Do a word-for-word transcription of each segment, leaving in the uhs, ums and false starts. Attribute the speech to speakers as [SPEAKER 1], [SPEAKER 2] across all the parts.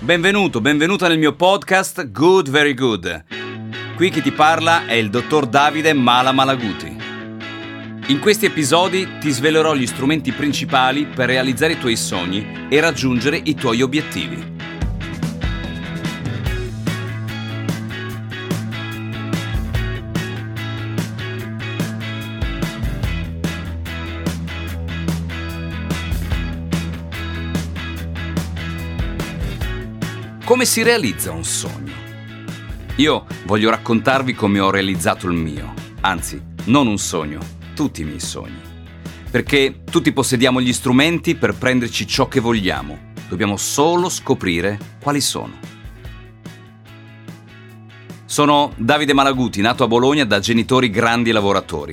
[SPEAKER 1] Benvenuto, benvenuta nel mio podcast Good Very Good. Qui chi ti parla è il dottor Davide Mala Malaguti. In questi episodi ti svelerò gli strumenti principali per realizzare i tuoi sogni e raggiungere i tuoi obiettivi. Come si realizza un sogno? Io voglio raccontarvi come ho realizzato il mio, anzi, non un sogno, tutti i miei sogni. Perché tutti possediamo gli strumenti per prenderci ciò che vogliamo, dobbiamo solo scoprire quali sono. Sono Davide Malaguti, nato a Bologna da genitori grandi lavoratori.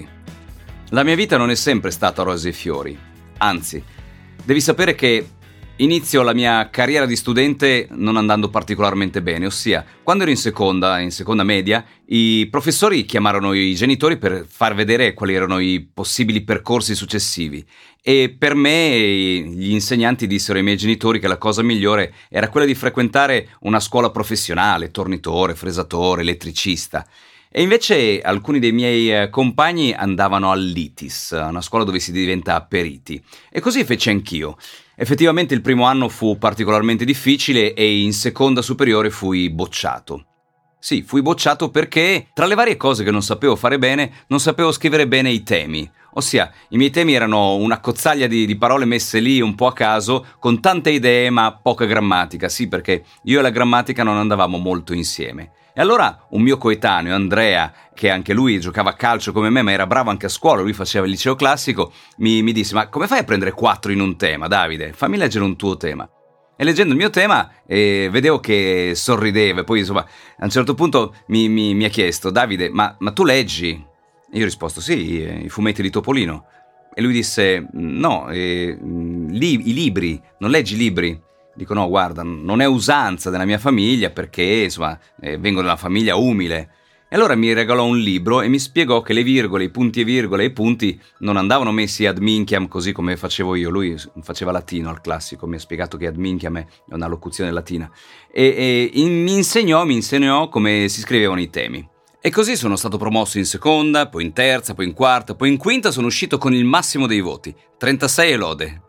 [SPEAKER 1] La mia vita non è sempre stata rose e fiori, anzi, devi sapere che inizio la mia carriera di studente non andando particolarmente bene, ossia, quando ero in seconda, in seconda media, i professori chiamarono i genitori per far vedere quali erano i possibili percorsi successivi e per me gli insegnanti dissero ai miei genitori che la cosa migliore era quella di frequentare una scuola professionale, tornitore, fresatore, elettricista. E invece alcuni dei miei compagni andavano all'I T I S, una scuola dove si diventa periti. E così feci anch'io. Effettivamente il primo anno fu particolarmente difficile e in seconda superiore fui bocciato. Sì, fui bocciato perché, tra le varie cose che non sapevo fare bene, non sapevo scrivere bene i temi. Ossia, i miei temi erano una cozzaglia di, di parole messe lì un po' a caso, con tante idee ma poca grammatica. Sì, perché io e la grammatica non andavamo molto insieme. E allora un mio coetaneo, Andrea, che anche lui giocava a calcio come me, ma era bravo anche a scuola, lui faceva il liceo classico, mi, mi disse: ma come fai a prendere quattro in un tema, Davide? Fammi leggere un tuo tema. E leggendo il mio tema eh, vedevo che sorrideva, e poi insomma a un certo punto mi, mi, mi ha chiesto: Davide, ma, ma tu leggi? E io ho risposto: sì, i fumetti di Topolino. E lui disse: no, eh, li, i libri, non leggi i libri? Dico: no, guarda, non è usanza della mia famiglia perché, insomma, eh, vengo da una famiglia umile. E allora mi regalò un libro e mi spiegò che le virgole, i punti e virgole e i punti non andavano messi ad minchiam così come facevo io. Lui faceva latino al classico, mi ha spiegato che ad minchiam è una locuzione latina. E, e in, mi insegnò, mi insegnò come si scrivevano i temi. E così sono stato promosso in seconda, poi in terza, poi in quarta, poi in quinta sono uscito con il massimo dei voti, trentasei e lode.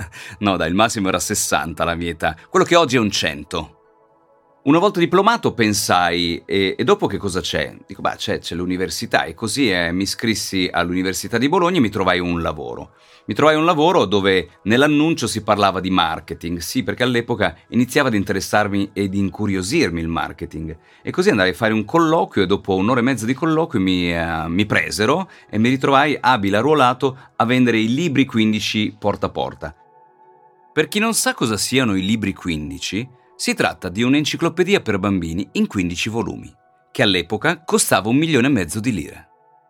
[SPEAKER 1] No dai, il massimo era sessanta alla mia età, quello che oggi è un cento. Una volta diplomato pensai, e, e dopo che cosa c'è? Dico, beh, c'è, c'è l'università, e così eh, mi iscrissi all'Università di Bologna e mi trovai un lavoro. Mi trovai un lavoro dove nell'annuncio si parlava di marketing, sì, perché all'epoca iniziava ad interessarmi ed incuriosirmi il marketing. E così andai a fare un colloquio e dopo un'ora e mezza di colloquio mi, eh, mi presero e mi ritrovai abile, arruolato, a vendere i libri quindici porta a porta. Per chi non sa cosa siano i libri quindici, si tratta di un'enciclopedia per bambini in quindici volumi, che all'epoca costava un milione e mezzo di lire.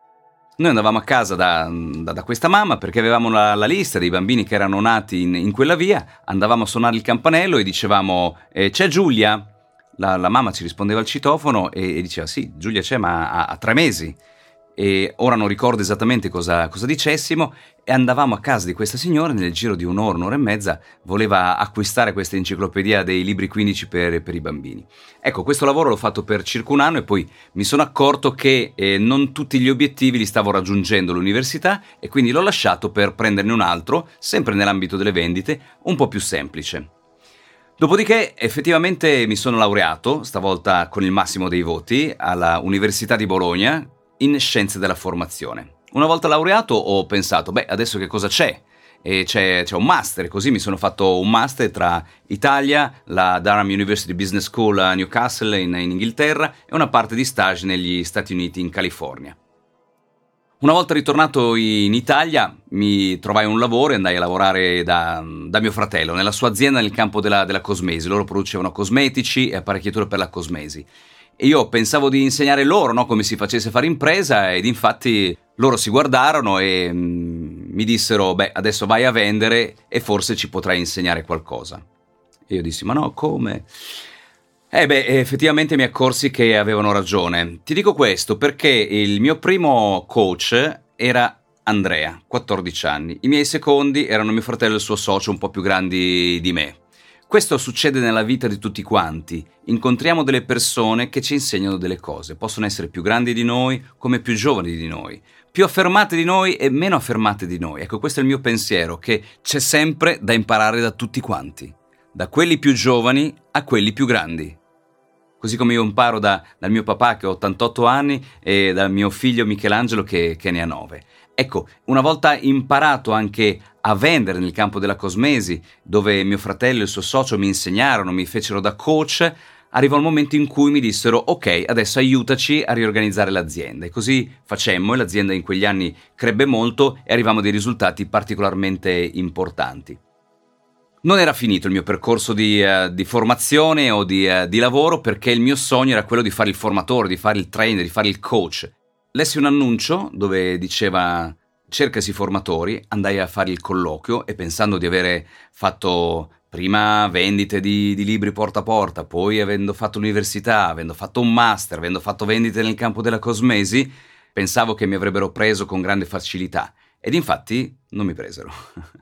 [SPEAKER 1] Noi andavamo a casa da, da, da questa mamma perché avevamo la, la lista dei bambini che erano nati in, in quella via, andavamo a suonare il campanello e dicevamo eh, c'è Giulia? La, la mamma ci rispondeva al citofono e, e diceva sì, Giulia c'è ma ha, ha tre mesi. E ora non ricordo esattamente cosa, cosa dicessimo e andavamo a casa di questa signora nel giro di un'ora, un'ora e mezza voleva acquistare questa enciclopedia dei libri quindici per, per i bambini. Ecco, questo lavoro l'ho fatto per circa un anno e poi mi sono accorto che eh, non tutti gli obiettivi li stavo raggiungendo all'università e quindi l'ho lasciato per prenderne un altro, sempre nell'ambito delle vendite, un po' più semplice. Dopodiché effettivamente mi sono laureato, stavolta con il massimo dei voti, alla Università di Bologna, in scienze della formazione. Una volta laureato ho pensato, beh, adesso che cosa c'è? E c'è, c'è un master, così mi sono fatto un master tra Italia, la Durham University Business School a Newcastle in, in Inghilterra e una parte di stage negli Stati Uniti in California. Una volta ritornato in Italia mi trovai un lavoro e andai a lavorare da, da mio fratello nella sua azienda nel campo della, della cosmesi. Loro producevano cosmetici e apparecchiature per la cosmesi. E io pensavo di insegnare loro, no, come si facesse fare impresa ed infatti loro si guardarono e mm, mi dissero beh adesso vai a vendere e forse ci potrai insegnare qualcosa. E io dissi ma no, come? Eh beh, effettivamente mi accorsi che avevano ragione. Ti dico questo perché il mio primo coach era Andrea, quattordici anni. I miei secondi erano mio fratello e il suo socio un po' più grandi di me. Questo succede nella vita di tutti quanti. Incontriamo delle persone che ci insegnano delle cose. Possono essere più grandi di noi, come più giovani di noi, più affermate di noi e meno affermate di noi. Ecco, questo è il mio pensiero, che c'è sempre da imparare da tutti quanti, da quelli più giovani a quelli più grandi. Così come io imparo da, dal mio papà che ha ottantotto anni e dal mio figlio Michelangelo che, che ne ha nove. Ecco, una volta imparato anche a vendere nel campo della cosmesi, dove mio fratello e il suo socio mi insegnarono, mi fecero da coach, arrivò il momento in cui mi dissero ok, adesso aiutaci a riorganizzare l'azienda. E così facemmo e l'azienda in quegli anni crebbe molto e arrivammo a dei risultati particolarmente importanti. Non era finito il mio percorso di, uh, di formazione o di, uh, di lavoro, perché il mio sogno era quello di fare il formatore, di fare il trainer, di fare il coach. Lessi un annuncio dove diceva cercasi formatori, andai a fare il colloquio e pensando di avere fatto prima vendite di, di libri porta a porta, poi avendo fatto l'università, avendo fatto un master, avendo fatto vendite nel campo della cosmesi, pensavo che mi avrebbero preso con grande facilità ed infatti non mi presero.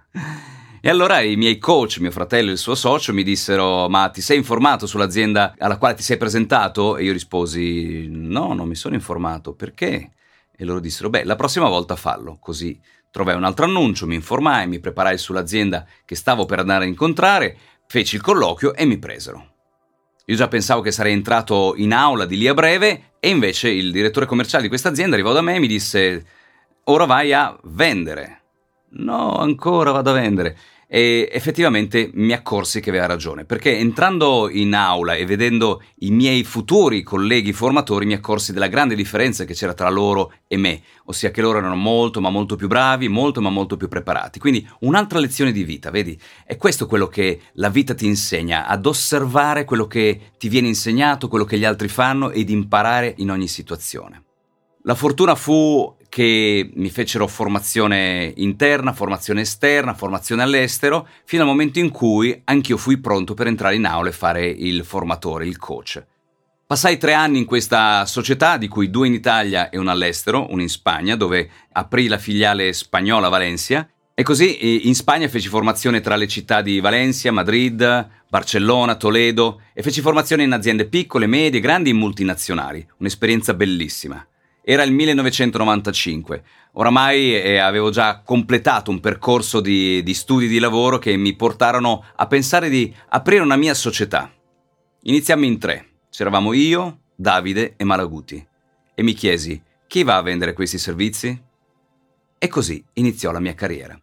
[SPEAKER 1] E allora i miei coach, mio fratello e il suo socio, mi dissero ma ti sei informato sull'azienda alla quale ti sei presentato? E io risposi no, non mi sono informato, perché? E loro dissero beh, la prossima volta fallo. Così trovai un altro annuncio, mi informai, mi preparai sull'azienda che stavo per andare a incontrare, feci il colloquio e mi presero. Io già pensavo che sarei entrato in aula di lì a breve e invece il direttore commerciale di questa azienda arrivò da me e mi disse ora vai a vendere. No, ancora vado a vendere. E effettivamente mi accorsi che aveva ragione, perché entrando in aula e vedendo i miei futuri colleghi formatori mi accorsi della grande differenza che c'era tra loro e me, ossia che loro erano molto ma molto più bravi, molto ma molto più preparati. Quindi un'altra lezione di vita, vedi? È questo quello che la vita ti insegna, ad osservare quello che ti viene insegnato, quello che gli altri fanno ed imparare in ogni situazione. La fortuna fu che mi fecero formazione interna, formazione esterna, formazione all'estero, fino al momento in cui anch'io fui pronto per entrare in aula e fare il formatore, il coach. Passai tre anni in questa società, di cui due in Italia e uno all'estero, uno in Spagna, dove aprì la filiale spagnola a Valencia, e così in Spagna feci formazione tra le città di Valencia, Madrid, Barcellona, Toledo, e feci formazione in aziende piccole, medie, grandi e multinazionali, un'esperienza bellissima. Era il millenovecentonovantacinque, oramai eh, avevo già completato un percorso di, di studi di lavoro che mi portarono a pensare di aprire una mia società. Iniziammo in tre, c'eravamo io, Davide e Malaguti, e mi chiesi chi va a vendere questi servizi? E così iniziò la mia carriera.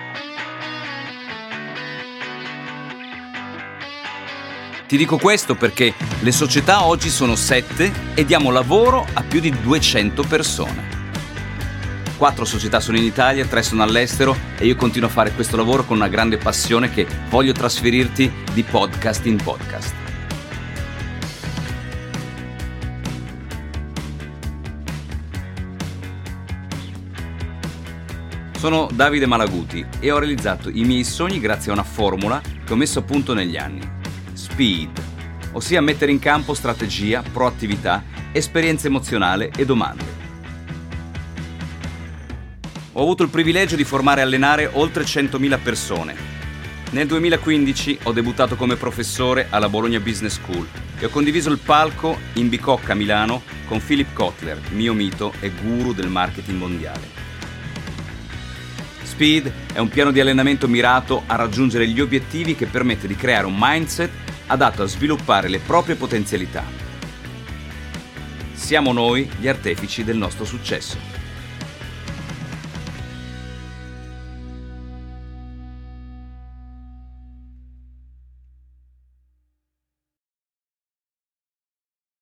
[SPEAKER 1] Ti dico questo perché le società oggi sono sette e diamo lavoro a più di duecento persone. Quattro società sono in Italia, tre sono all'estero e io continuo a fare questo lavoro con una grande passione che voglio trasferirti di podcast in podcast. Sono Davide Malaguti e ho realizzato i miei sogni grazie a una formula che ho messo a punto negli anni. Speed, ossia mettere in campo strategia, proattività, esperienza emozionale e domande. Ho avuto il privilegio di formare e allenare oltre centomila persone. Nel duemilaquindici ho debuttato come professore alla Bologna Business School e ho condiviso il palco in Bicocca a Milano con Philip Kotler, mio mito e guru del marketing mondiale. Speed è un piano di allenamento mirato a raggiungere gli obiettivi che permette di creare un mindset adatto a sviluppare le proprie potenzialità. Siamo noi gli artefici del nostro successo.